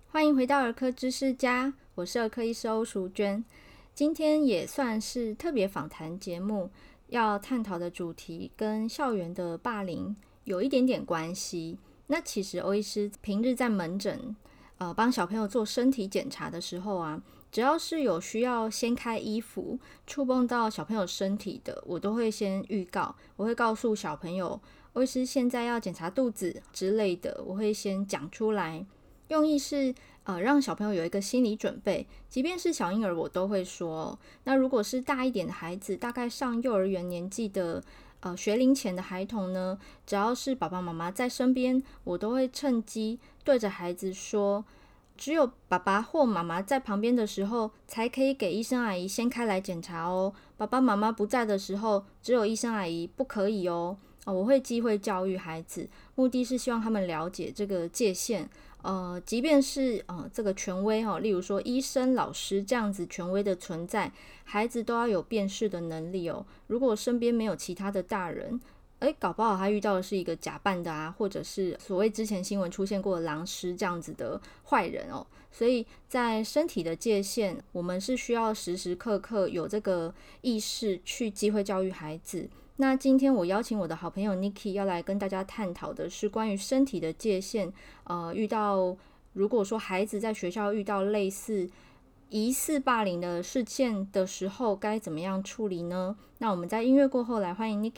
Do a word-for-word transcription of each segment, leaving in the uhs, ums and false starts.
欢迎回到儿科知识家，我是儿科医师欧淑娟。今天也算是特别访谈节目，要探讨的主题跟校园的霸凌有一点点关系。那其实欧医师平日在门诊呃帮小朋友做身体检查的时候啊，只要是有需要掀开衣服触碰到小朋友身体的，我都会先预告，我会告诉小朋友欧医师现在要检查肚子之类的，我会先讲出来，用意是呃让小朋友有一个心理准备。即便是小婴儿我都会说，那如果是大一点的孩子，大概上幼儿园年纪的呃学龄前的孩童呢，只要是爸爸妈妈在身边，我都会趁机对着孩子说，只有爸爸或妈妈在旁边的时候，才可以给医生阿姨掀开来检查哦。爸爸妈妈不在的时候，只有医生阿姨不可以哦。哦，我会机会教育孩子，目的是希望他们了解这个界限。呃，即便是呃这个权威哈、哦，例如说医生、老师这样子权威的存在，孩子都要有辨识的能力哦。如果身边没有其他的大人，诶，搞不好他遇到的是一个假扮的啊，或者是所谓之前新闻出现过的狼师这样子的坏人哦。所以在身体的界限，我们是需要时时刻刻有这个意识去机会教育孩子。那今天我邀请我的好朋友 Nikki 要来跟大家探讨的是关于身体的界限。呃，遇到如果说孩子在学校遇到类似疑似霸凌的事件的时候，该怎么样处理呢？那我们在音乐过后来欢迎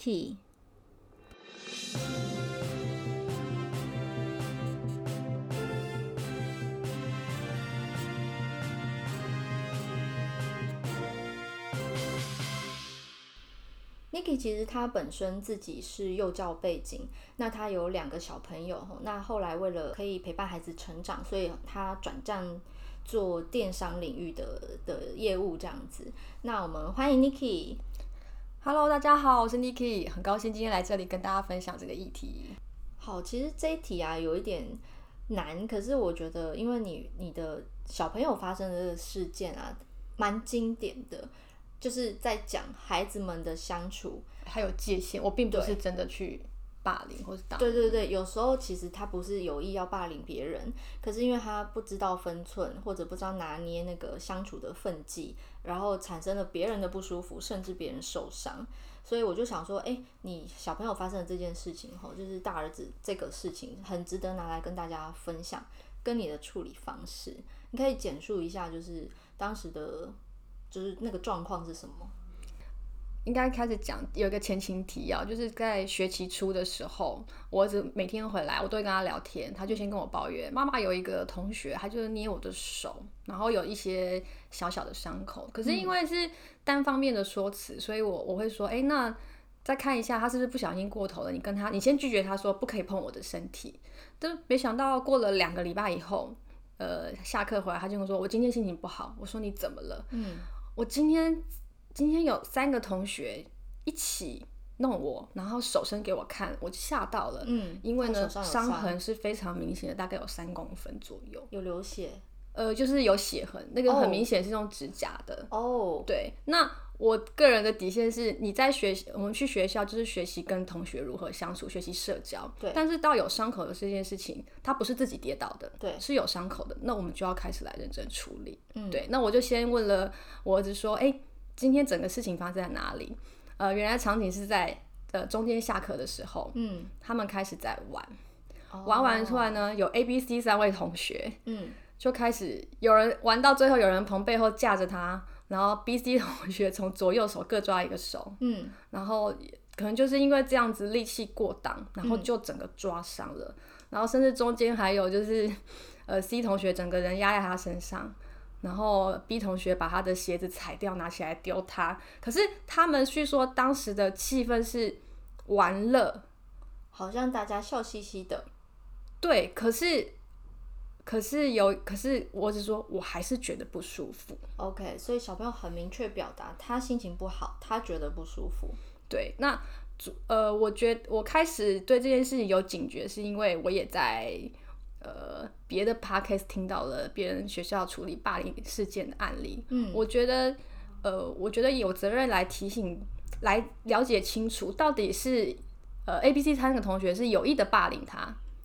Nikki。Niki 其实他本身自己是幼教背景，那他有两个小朋友，那后来为了可以陪伴孩子成长，所以他转战做电商领域的的业务这样子。那我们欢迎 Niki。Hello， 大家好，我是 Niki， 很高兴今天来这里跟大家分享这个议题。 好，其实这一题啊有一点难，可是我觉得因为你你的小朋友发生的这个事件啊，蛮经典的。就是在讲孩子们的相处还有界限，我并不是真的去霸凌或是打。 对对对，有时候其实他不是有意要霸凌别人，可是因为他不知道分寸，或者不知道拿捏那个相处的分际，然后产生了别人的不舒服，甚至别人受伤。所以我就想说，哎，你小朋友发生的这件事情吼，就是大儿子这个事情很值得拿来跟大家分享，跟你的处理方式，你可以简述一下，就是当时的。就是那个状况是什么？ 应该开始讲有一个前情提要，就是在学期初的时候，我儿子每天回来，我都会跟他聊天，他就先跟我抱怨，妈妈有一个同学，他就是捏我的手，然后有一些小小的伤口，可是因为是单方面的说辞，所以我我会说，哎，那再看一下他是不是不小心过头了，你跟他，你先拒绝他说不可以碰我的身体。但没想到过了两个礼拜以后，呃，下课回来他就跟我说，我今天心情不好。我说你怎么了？嗯。我今天今天有三个同学一起弄我，然后手伸给我看，我吓到了。嗯，因为呢，伤痕是非常明显的，大概有三公分左右， 有流血。 呃，就是有血痕，那个很明显是用指甲的。哦，对。那我个人的底线是，你在学我们去学校就是学习跟同学如何相处，学习社交。对。但是到有伤口的这件事情，它不是自己跌倒的，对，是有伤口的，那我们就要开始来认真处理。嗯，对。那我就先问了我儿子说，哎、欸，今天整个事情发生在哪里？呃，原来场景是在呃中间下课的时候，嗯，他们开始在玩，哦、玩完出来呢，有 A、B、C 三位同学，嗯。就开始有人玩到最后，有人从背后架着他，然后 B、C 同学从左右手各抓一个手，嗯，然后可能就是因为这样子力气过当，然后就整个抓伤了，嗯、然后甚至中间还有就是呃 C 同学整个人压在他身上，然后 B 同学把他的鞋子踩掉拿起来丢他，可是他们据说当时的气氛是玩乐， 好像大家笑嘻嘻的， 对，可是。可是有，可是我只说，我还是觉得不舒服。 OK， 所以小朋友很明确表达，他心情不好，他觉得不舒服。 对，那呃，我觉得我开始对这件事情有警觉，是因为我也在呃别的 podcast 听到了别人学校处理霸凌事件的案例。嗯，我觉得呃，我觉得有责任来提醒，来了解清楚，到底是呃 A、B、C 三个同学是有意的霸凌他。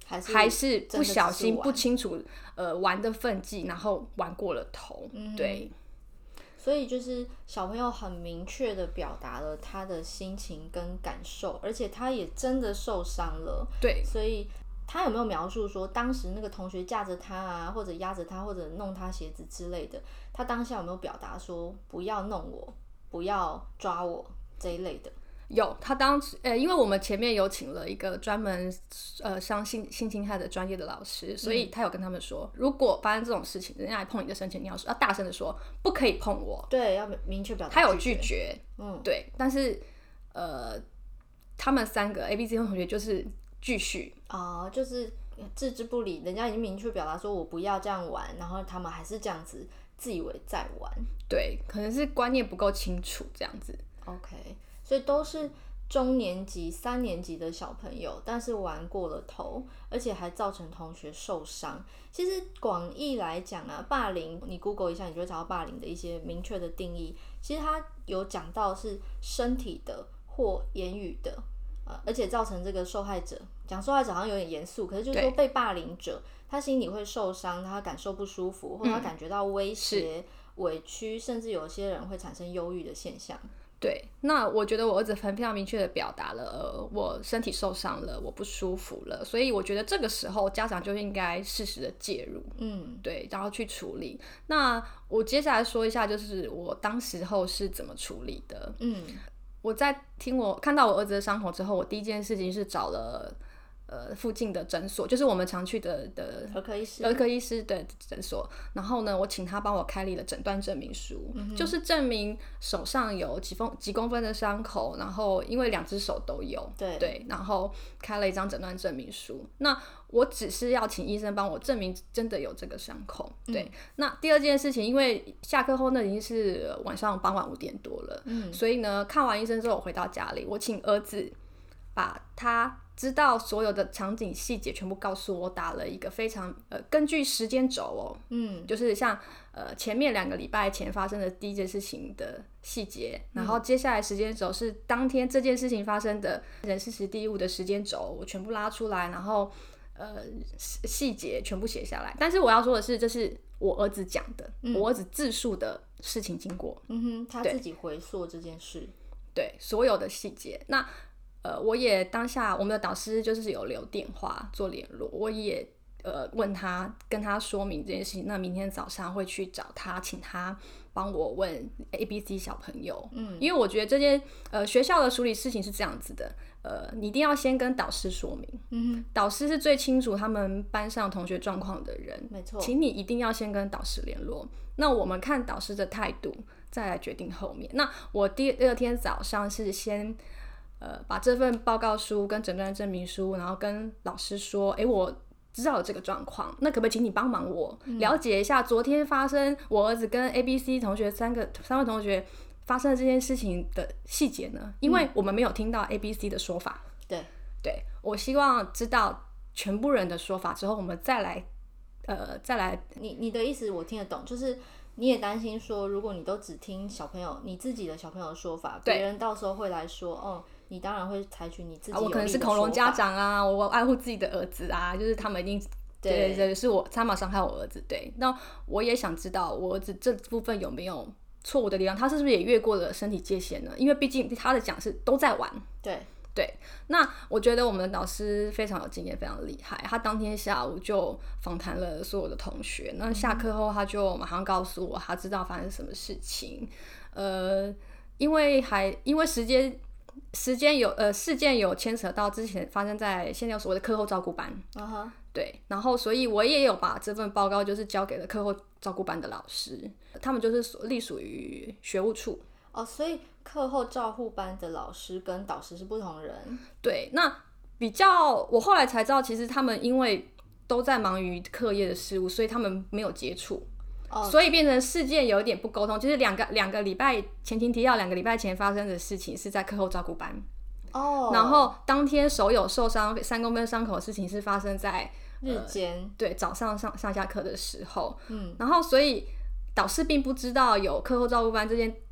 还是还是不小心不清楚呃玩的分际，然后玩过了头，嗯、对。 所以就是小朋友很明确的表达了他的心情跟感受，而且他也真的受伤了。 对， 所以他有没有描述说当时那个同学架着他啊，或者压着他，或者弄他鞋子之类的？他当下有没有表达说不要弄我，不要抓我这一类的？ 有，他当时呃，因为我们前面有请了一个专门呃上性性侵害的专业的老师，所以他有跟他们说，嗯、如果发生这种事情，人家来碰你的身前，你要说要大声的说不可以碰我， 对，要明确表达。 他有拒绝，嗯，对，但是呃，他们三个 A B C 同学就是继续啊、呃，就是置之不理，人家已经明确表达说我不要这样玩，然后他们还是这样子自以为在玩， 对，可能是观念不够清楚这样子。 OK。所以都是中年级、三年级的小朋友，但是玩过了头，而且还造成同学受伤。其实广义来讲啊，霸凌你 Google 一下，你就会找到霸凌的一些明确的定义。其实它有讲到是身体的或言语的，呃，而且造成这个受害者，讲受害者好像有点严肃，可是就是说被霸凌者，他心里会受伤，他感受不舒服，或者他感觉到威胁、嗯、委屈，甚至有些人会产生忧郁的现象。 对，那我觉得我儿子很非常明确的表达了、呃、我身体受伤了，我不舒服了，所以我觉得这个时候家长就应该适时的介入，嗯，对，然后去处理。那我接下来说一下，就是我当时候是怎么处理的。嗯，我在听我看到我儿子的伤口之后，我第一件事情是找了呃，附近的诊所，就是我们常去的的儿科医师， 儿科医师的诊所。然后呢，我请他帮我开立了诊断证明书，嗯、就是证明手上有几公几公分的伤口，然后因为两只手都有， 对对，然后开了一张诊断证明书。那我只是要请医生帮我证明真的有这个伤口，对。嗯、那第二件事情，因为下课后那已经是晚上傍晚五点多了，嗯，所以呢，看完医生之后我回到家里，我请儿子把他知道所有的场景细节全部告诉我，打了一个非常呃根据时间轴哦，嗯，就是像呃前面两个礼拜前发生的第一件事情的细节，然后接下来时间轴是当天这件事情发生的人事时地物的时间轴，我全部拉出来，然后呃细节全部写下来。但是我要说的是，这是我儿子讲的，嗯、我儿子自述的事情经过， 嗯哼，他自己回溯这件事， 对，所有的细节。那呃，我也当下我们的导师就是有留电话做联络，我也呃问他，跟他说明这件事情。那明天早上会去找他，请他帮我问 A、B、C 小朋友，嗯，因为我觉得这件呃学校的处理事情是这样子的，呃，你一定要先跟导师说明，嗯哼，导师是最清楚他们班上同学状况的人， 没错， 请你一定要先跟导师联络。那我们看导师的态度，再来决定后面。那我第二天早上是先。呃，把这份报告书跟诊断证明书，然后跟老师说，哎，我知道有这个状况，那可不可以请你帮忙我、嗯、了解一下昨天发生我儿子跟 A、B、C 同学三个三位同学发生的这件事情的细节呢？因为我们没有听到 A、B、C 的说法。 对， 对，我希望知道全部人的说法之后，我们再来，呃，再来。 你你的意思我听得懂，就是你也担心说，如果你都只听小朋友你自己的小朋友的说法，别人到时候会来说，哦。你当然会采取你自己有利的说法、啊、 我可能是恐龙家长啊，我爱护自己的儿子啊，就是他们一定对对对，是我他们伤害我儿子。对，那我也想知道我儿子这部分有没有错误的地方，他是不是也越过了身体界限呢？因为毕竟他的讲是都在玩。 对对，那我觉得我们的老师非常有经验，非常厉害。他当天下午就访谈了所有的同学，那下课后他就马上告诉我，他知道发生什么事情。呃，因为还因为时间。时间有呃事件有牵扯到之前发生在现在有所谓的课后照顾班， uh-huh. 对，然后所以我也有把这份报告就是交给了课后照顾班的老师，他们就是隶属于学务处。 哦，所以课后照护班的老师跟导师是不同人。 对，那比较我后来才知道，其实他们因为都在忙于课业的事务，所以他们没有接触。Oh. 所以变成事件有一点不沟通，就是两个两个礼拜前情提要，两个礼拜前发生的事情是在课后照顾班哦， oh. 然后当天手有受伤三公分伤口的事情是发生在日间、呃， 对，早上上上下课的时候，嗯，然后所以导师并不知道有课后照顾班这件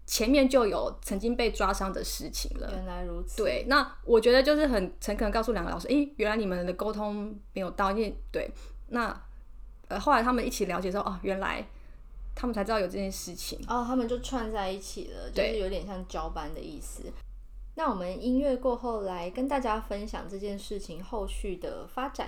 前面就有曾经被抓伤的事情了。 原来如此。 对，那我觉得就是很诚恳告诉两个老师，诶，原来你们的沟通没有到，因为对，那呃后来他们一起了解之后，哦，原来他们才知道有这件事情。 哦，他们就串在一起了，就是有点像交班的意思。那我们音乐过后来跟大家分享这件事情后续的发展。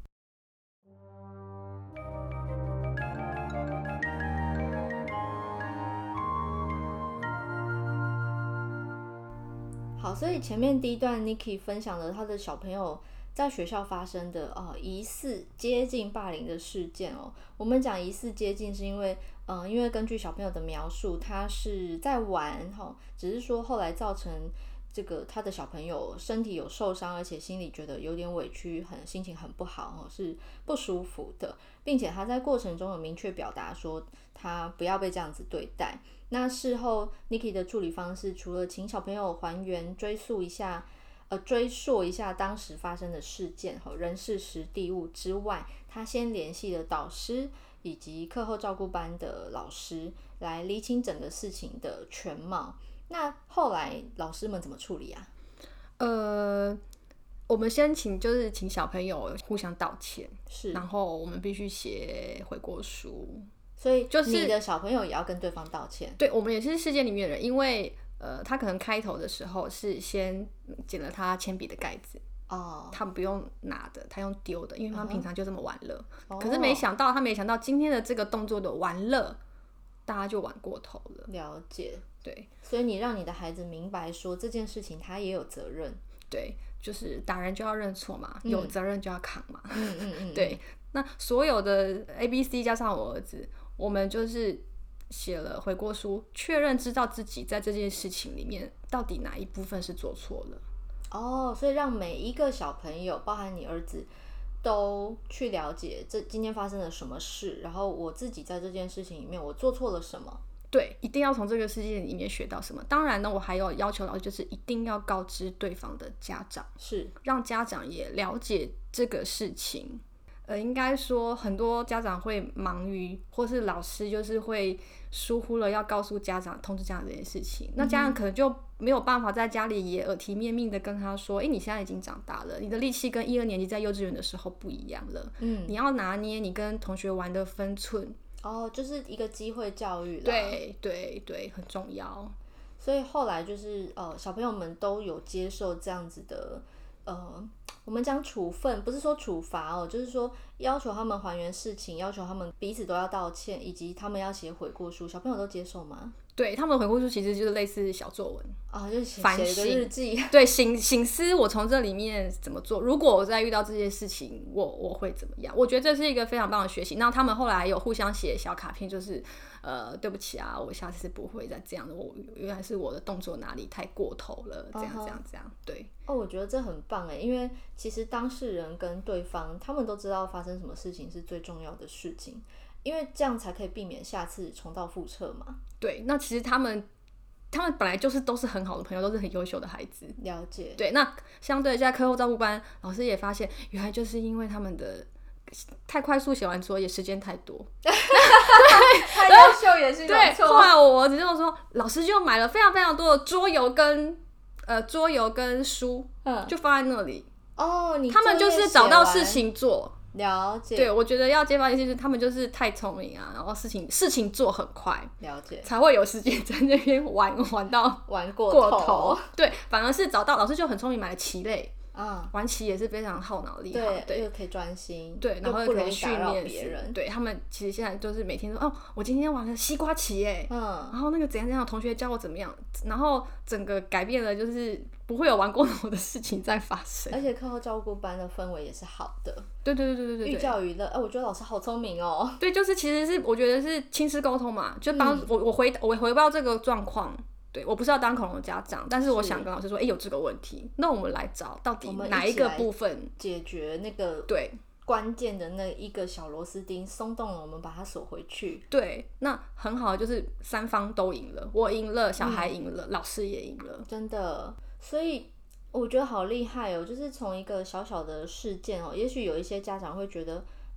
好，所以前面第一段 Niki 分享了他的小朋友在学校发生的呃疑似接近霸凌的事件哦。我们讲疑似接近是因为，嗯、呃，因为根据小朋友的描述，他是在玩哈、哦，只是说后来造成这个他的小朋友身体有受伤，而且心里觉得有点委屈，很心情很不好哦，是不舒服的，并且他在过程中有明确表达说他不要被这样子对待。那事后 Niki 的处理方式，除了请小朋友还原追溯一下，呃，追溯一下当时发生的事件和人事时地物之外，他先联系了导师以及课后照顾班的老师，来厘清整个事情的全貌。那后来老师们怎么处理啊？ 呃，我们先请就是请小朋友互相道歉， 是， 然后我们必须写悔过书。 所以就是你的小朋友也要跟对方道歉。 对，我们也是事件里面的人，因为呃，他可能开头的时候是先捡了他铅笔的盖子，哦，他不用拿的，他用丢的，因为他平常就这么玩乐。Uh-huh. 可是没想到，他没想到今天的这个动作的玩乐，大家就玩过头了。 了解， 对， 所以你让你的孩子明白说这件事情他也有责任。 对，就是打人就要认错嘛，嗯、有责任就要扛嘛。 嗯嗯嗯， 对。那所有的 A B C 加上我儿子，我们就是写了悔过书，确认知道自己在这件事情里面到底哪一部分是做错了。 哦，所以让每一个小朋友，包含你儿子，都去了解这今天发生了什么事，然后我自己在这件事情里面我做错了什么。 对，一定要从这个事件里面学到什么。当然呢，我还有要求老师，就是一定要告知对方的家长， 是让家长也了解这个事情。呃，应该说很多家长会忙于，或是老师就是会疏忽了要告诉家长、通知家长这件事情。那家长可能就没有办法在家里也耳提面命的跟他说：“哎、欸，你现在已经长大了，你的力气跟一二年级在幼稚园的时候不一样了。嗯，你要拿捏你跟同学玩的分寸。” 哦，就是一个机会教育啦。 对对对，很重要。 所以后来就是呃，小朋友们都有接受这样子的。呃，我们讲处分，不是说处罚哦，就是说要求他们还原事情，要求他们彼此都要道歉，以及他们要写悔过书，小朋友都接受吗？ 对，他们的悔过书其实就是类似小作文啊、哦，就是写一个日记。 对，省省思我从这里面怎么做，如果我再遇到这件事情，我我会怎么样？我觉得这是一个非常棒的学习。那他们后来有互相写小卡片，就是呃，对不起啊，我下次不会再这样的。我原来是我的动作哪里太过头了，这样、uh-huh. 这样这样。对。 哦，我觉得这很棒哎，因为其实当事人跟对方他们都知道发生什么事情是最重要的事情，因为这样才可以避免下次重蹈覆辙嘛。 对，那其实他们他们本来就是都是很好的朋友，都是很优秀的孩子。 了解。 对，那相对在课后照顾班，老师也发现，原来就是因为他们的太快速写完作业，时间太多， 太优秀也是一种错。 对，后来我儿子就说，老师就买了非常非常多的桌游跟呃桌游跟书，嗯，就放在那里。 哦，你他们就是找到事情做。 了解。 对，我觉得要揭发一些，就是他们就是太聪明啊，然后事情事情做很快， 了解， 才会有时间在那边玩玩到玩过头, 过头。 对，反而是找到老师就很聪明，买了棋类。 啊、嗯， 玩棋也是非常耗脑力， 对， 对， 又可以专心， 对，然后又可以训练别人。 对，他们其实现在就是每天说，哦，我今天玩了西瓜棋，哎，嗯，然后那个怎样怎样，同学教我怎么样，然后整个改变了，就是不会有玩过头的事情在发生。 而且课后照顾班的氛围也是好的， 对对对对对对， 寓教于乐。哎、呃，我觉得老师好聪明哦。 对，就是其实是我觉得是亲师沟通嘛，就帮、嗯、我我回我回报这个状况。对，我不是要当恐龙的家长，但是我想跟老师说，哎、欸，有这个问题，那我们来找到底哪一个部分解决那个对关键的那一个小螺丝钉松动了，我们把它锁回去。 对，那很好，就是三方都赢了，我赢了，小孩赢了、嗯，老师也赢了， 真的。所以我觉得好厉害哦，就是从一个小小的事件哦，也许有一些家长会觉得，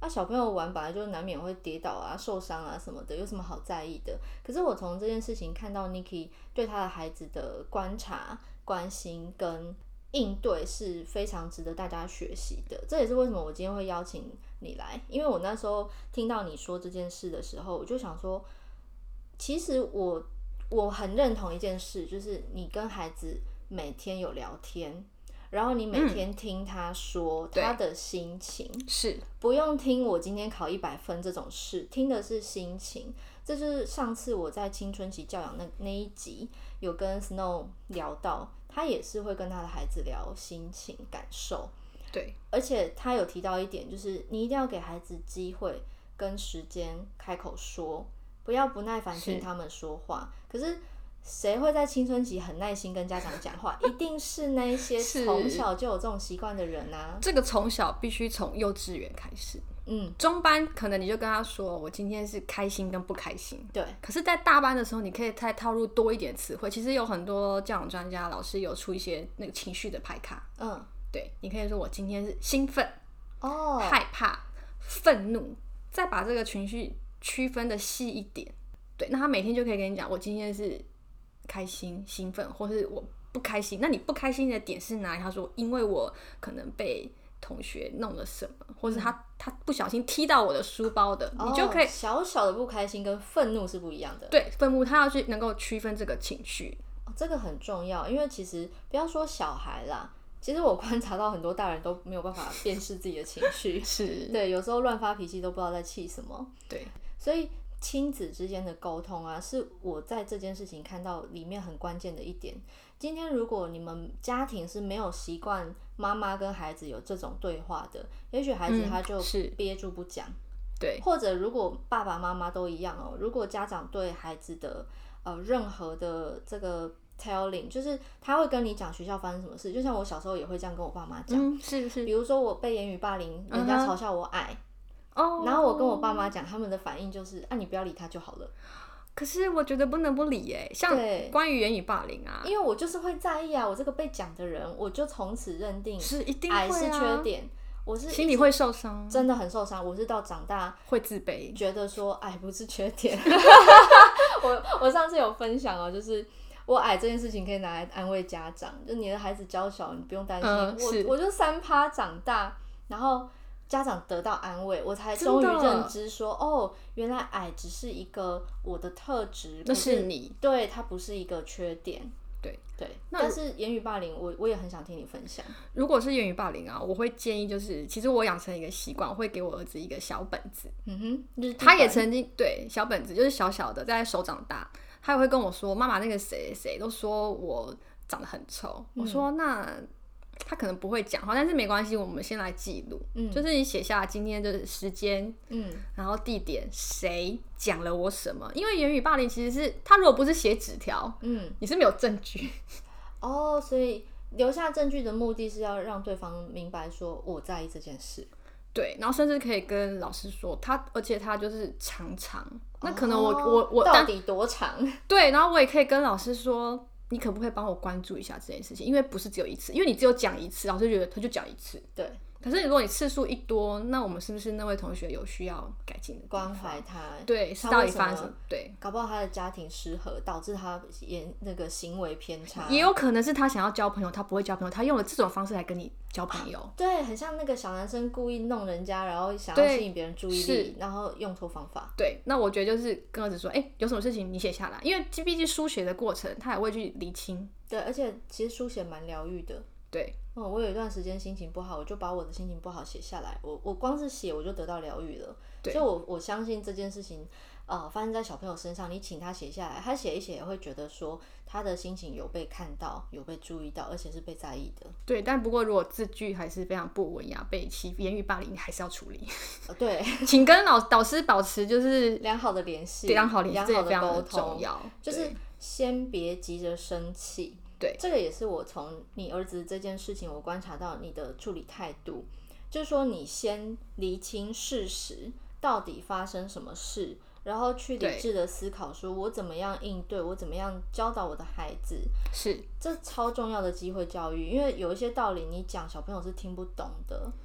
啊，小朋友玩本来就难免会跌倒啊、受伤啊什么的，有什么好在意的？可是我从这件事情看到 Niki 对他的孩子的观察、关心跟应对是非常值得大家学习的。这也是为什么我今天会邀请你来，因为我那时候听到你说这件事的时候，我就想说，其实我我很认同一件事，就是你跟孩子每天有聊天。然后你每天听他说他的心情， 嗯、是不用听我今天考一百分这种事，听的是心情。这就是上次我在青春期教养那那一集有跟 Snow 聊到，他也是会跟他的孩子聊心情感受。 对， 而且他有提到一点，就是你一定要给孩子机会跟时间开口说，不要不耐烦听他们说话。可是谁会在青春期很耐心跟家长讲话？一定是那些从小就有这种习惯的人啊。 这个从小必须从幼稚园开始。嗯，中班可能你就跟他说，我今天是开心跟不开心。 对。 可是，在大班的时候，你可以再套入多一点词汇。其实有很多教养专家老师有出一些那个情绪的牌卡。嗯，对，你可以说我今天是兴奋、哦、害怕、愤怒，再把这个情绪区分的细一点。对，那他每天就可以跟你讲，我今天是开心、兴奋，或是我不开心。那你不开心的点是哪里？他说，因为我可能被同学弄了什么，或是他、嗯、他不小心踢到我的书包的， 哦、 你就可以小小的不开心跟愤怒是不一样的。 对，愤怒他要去能够区分这个情绪、 哦，这个很重要，因为其实不要说小孩啦，其实我观察到很多大人都没有办法辨识自己的情绪， 是对，有时候乱发脾气都不知道在气什么。 对， 所以亲子之间的沟通啊，是我在这件事情看到里面很关键的一点。今天如果你们家庭是没有习惯妈妈跟孩子有这种对话的，也许孩子他就憋住不讲、嗯。 对， 或者如果爸爸妈妈都一样哦，如果家长对孩子的呃任何的这个 telling， 就是他会跟你讲学校发生什么事，就像我小时候也会这样跟我爸妈讲、 嗯，是是， 比如说我被言语霸凌，人家嘲笑我矮。Oh, 然后我跟我爸妈讲，他们的反应就是啊，你不要理他就好了。 可是我觉得不能不理耶，像关于言语霸凌啊， 因为我就是会在意啊，我这个被讲的人，我就从此认定是一定会、啊、 矮是缺点，我是心里会受伤， 真的很受伤。我是到长大会自卑， 觉得说矮不是缺点。我我上次有分享哦，就是我矮这件事情可以拿来安慰家长，就你的孩子娇小，你不用担心。嗯、我我就三趴长大，然后家长得到安慰，我才终于认知说，哦，原来矮只是一个我的特质， 那是你， 对，它不是一个缺点。 对对，但是言语霸凌，我我也很想听你分享。 如果是言语霸凌啊，我会建议就是，其实我养成一个习惯，我会给我儿子一个小本子。嗯哼，就是他也曾经对小本子，就是小小的，在手掌大，他也会跟我说，妈妈那个谁谁都说我长得很丑。嗯、我说那。他可能不会讲话，但是没关系，我们先来记录、嗯。就是你写下今天的时间，嗯，然后地点，谁讲了我什么？因为言语霸凌其实是他如果不是写纸条，嗯，你是没有证据。 哦，所以留下证据的目的是要让对方明白说我在意这件事。 对，然后甚至可以跟老师说他，而且他就是常常，那可能我、哦、我我到底多长？ 对，然后我也可以跟老师说。你可不可以帮我关注一下这件事情？因为不是只有一次，因为你只有讲一次，老师觉得他就讲一次。 对。 可是如果你次数一多，那我们是不是那位同学有需要改进的关怀他？ 对，是到底发生什么？对， 搞不好他的家庭失和导致他也那个行为偏差， 也有可能是他想要交朋友，他不会交朋友，他用了这种方式来跟你交朋友。 对，很像那个小男生故意弄人家，然后想要吸引别人注意力，然后用错方法。 对，那我觉得就是跟儿子说，哎、欸，有什么事情你写下来，因为毕竟书写的过程，他也会去理清。 对，而且其实书写蛮疗愈的。 对， 嗯，我有一段时间心情不好，我就把我的心情不好写下来，我我光是写我就得到疗愈了。所以我我相信这件事情，呃，发生在小朋友身上，你请他写下来，他写一写也会觉得说他的心情有被看到，有被注意到，而且是被在意的。 对，但不过如果字句还是非常不文雅，被欺言语霸凌，你还是要处理。 呃、对， 请跟老导师保持就是良好的联系， 良好联系， 良好的沟通，重要， 就是先别急着生气。 对， 这个也是我从你儿子这件事情，我观察到你的处理态度，就是说你先厘清事实，到底发生什么事，然后去理智的思考，说我怎么样应对，我怎么样教导我的孩子， 是这超重要的机会教育，因为有一些道理你讲小朋友是听不懂的。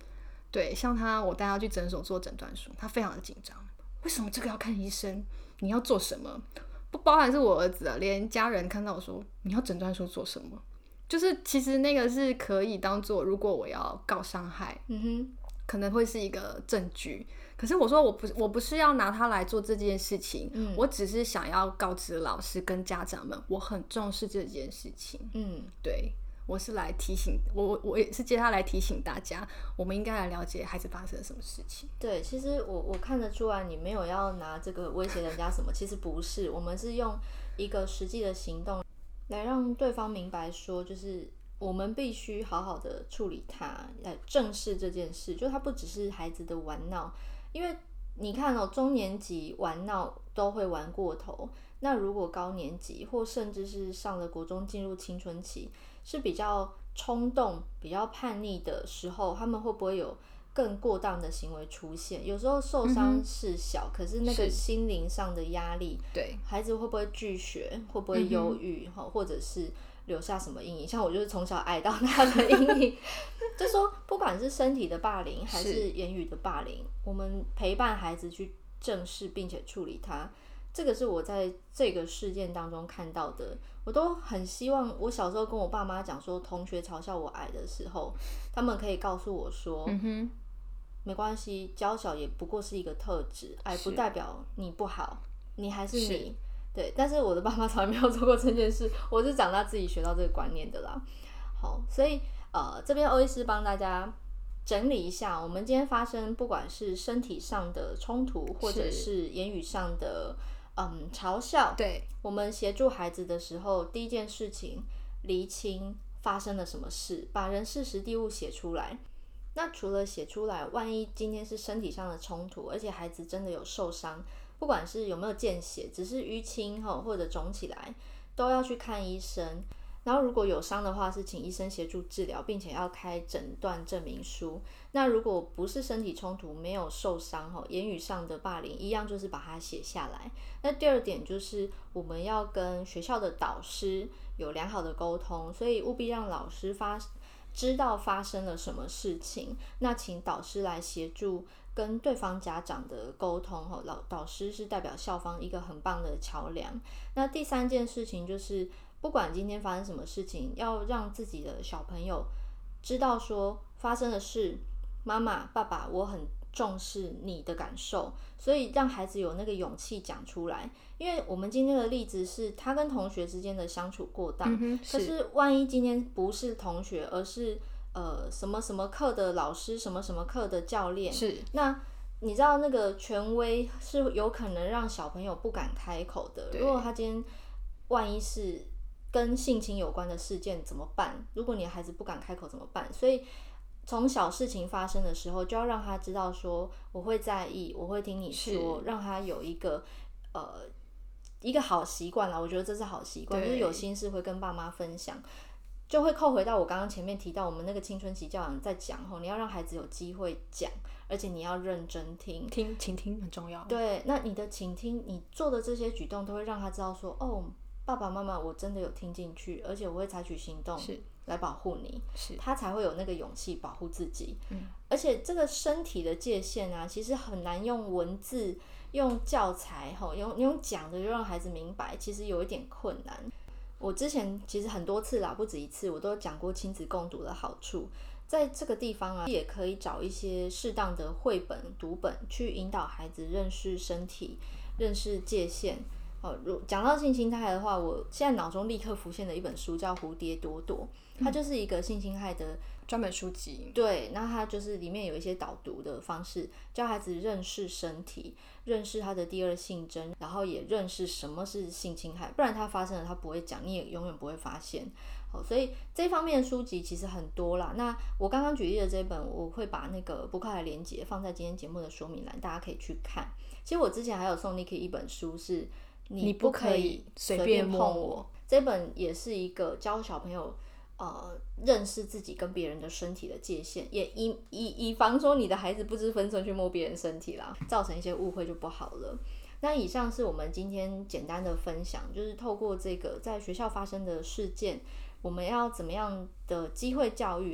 对，像他，我带他去诊所做诊断书，他非常的紧张。为什么这个要看医生？你要做什么？不包含是我儿子啊，连家人看到我说你要诊断书做什么？就是其实那个是可以当做，如果我要告伤害，嗯哼，可能会是一个证据。可是我说我不我不是要拿它来做这件事情，嗯，我只是想要告知老师跟家长们，我很重视这件事情。嗯，对，我是来提醒我我也是接他来提醒大家，我们应该来了解孩子发生了什么事情。 对，其实我我看得出来你没有要拿这个威胁人家什么，其实不是，我们是用一个实际的行动来让对方明白说，就是我们必须好好的处理它，来正视这件事，就它不只是孩子的玩闹。因为你看哦，中年级玩闹都会玩过头，那如果高年级或甚至是上了国中进入青春期，是比较冲动、比较叛逆的时候，他们会不会有更过当的行为出现？有时候受伤是小，嗯、可是那个心灵上的压力，对孩子会不会拒学，会不会忧郁，嗯、或者是留下什么阴影？像我就是从小挨到大的阴影。就说不管是身体的霸凌还是言语的霸凌，我们陪伴孩子去正视并且处理它，这个是我在这个事件当中看到的。我都很希望我小时候跟我爸妈讲说，同学嘲笑我矮的时候，他们可以告诉我说，嗯哼，没关系，娇小也不过是一个特质，矮不代表你不好，你还是你。是对，但是我的爸妈从来没有做过这件事，我是长大自己学到这个观念的啦。好，所以呃，这边欧医师帮大家整理一下，我们今天发生不管是身体上的冲突，或者是言语上的嗯嘲笑，对，我们协助孩子的时候，第一件事情厘清发生了什么事，把人事时地物写出来。那除了写出来，万一今天是身体上的冲突，而且孩子真的有受伤，不管是有没有见血，只是淤青或者肿起来，都要去看医生。然后如果有伤的话，是请医生协助治疗，并且要开诊断证明书。那如果不是身体冲突，没有受伤，言语上的霸凌，一样就是把它写下来。那第二点就是我们要跟学校的导师有良好的沟通，所以务必让老师发知道发生了什么事情。那请导师来协助跟对方家长的沟通，老导师是代表校方一个很棒的桥梁。那第三件事情就是不管今天发生什么事情，要让自己的小朋友知道说发生的事，妈妈、爸爸，我很重视你的感受，所以让孩子有那个勇气讲出来。因为我们今天的例子是他跟同学之间的相处过当，嗯、可是万一今天不是同学，而是呃什么什么课的老师，什么什么课的教练，是那你知道那个权威是有可能让小朋友不敢开口的。如果他今天万一是跟性侵有关的事件怎么办？如果你的孩子不敢开口怎么办？所以从小事情发生的时候，就要让他知道说我会在意，我会听你说，让他有一个呃一个好习惯啦。我觉得这是好习惯，就是有心事会跟爸妈分享，就会扣回到我刚刚前面提到我们那个青春期教养在讲后，你要让孩子有机会讲，而且你要认真听， 听倾听很重要。 对，那你的倾听，你做的这些举动都会让他知道说，哦，爸爸妈妈我真的有听进去，而且我会采取行动来保护你，是他才会有那个勇气保护自己。嗯，而且这个身体的界限啊，其实很难用文字、用教材、用用讲的就让孩子明白，其实有一点困难。我之前其实很多次啦，不止一次，我都讲过亲子共读的好处。在这个地方啊，也可以找一些适当的绘本、读本，去引导孩子认识身体、认识界限。哦，讲到性侵害的话，我现在脑中立刻浮现的一本书叫《蝴蝶朵朵》，它就是一个性侵害的专门书籍。 对，那它就是里面有一些导读的方式，教孩子认识身体，认识他的第二性征，然后也认识什么是性侵害，不然它发生了他不会讲，你也永远不会发现。好，所以这方面的书籍其实很多啦。那我刚刚举例的这本，我会把那个博客来连结放在今天节目的说明栏，大家可以去看。其实我之前还有送 Niki 一本书是你不可以随便碰我，这本也是一个教小朋友呃认识自己跟别人的身体的界限，也以以以防说你的孩子不知分寸去摸别人身体啦，造成一些误会就不好了。那以上是我们今天简单的分享，就是透过这个在学校发生的事件，我们要怎么样的机会教育哦，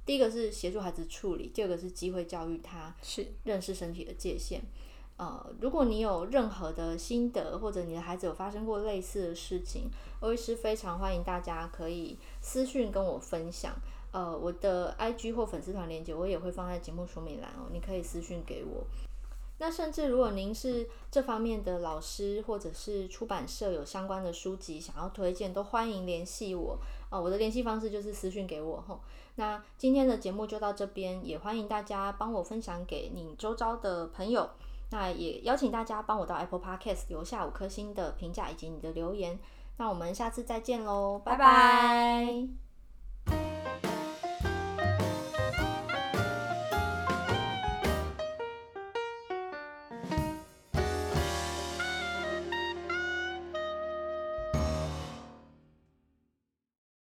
第一个是协助孩子处理，第二个是机会教育他是认识身体的界限。呃，如果你有任何的心得，或者你的孩子有发生过类似的事情，欧医师非常欢迎大家可以私讯跟我分享。呃，我的 I G 或粉丝团连结我也会放在节目说明栏哦，你可以私讯给我。那甚至如果您是这方面的老师，或者是出版社有相关的书籍想要推荐，都欢迎联系我。呃，我的联系方式就是私讯给我吼。那今天的节目就到这边，也欢迎大家帮我分享给你周遭的朋友。那也邀请大家帮我到 Apple Podcast 留下五颗星的评价以及你的留言。那我们下次再见喽，拜拜。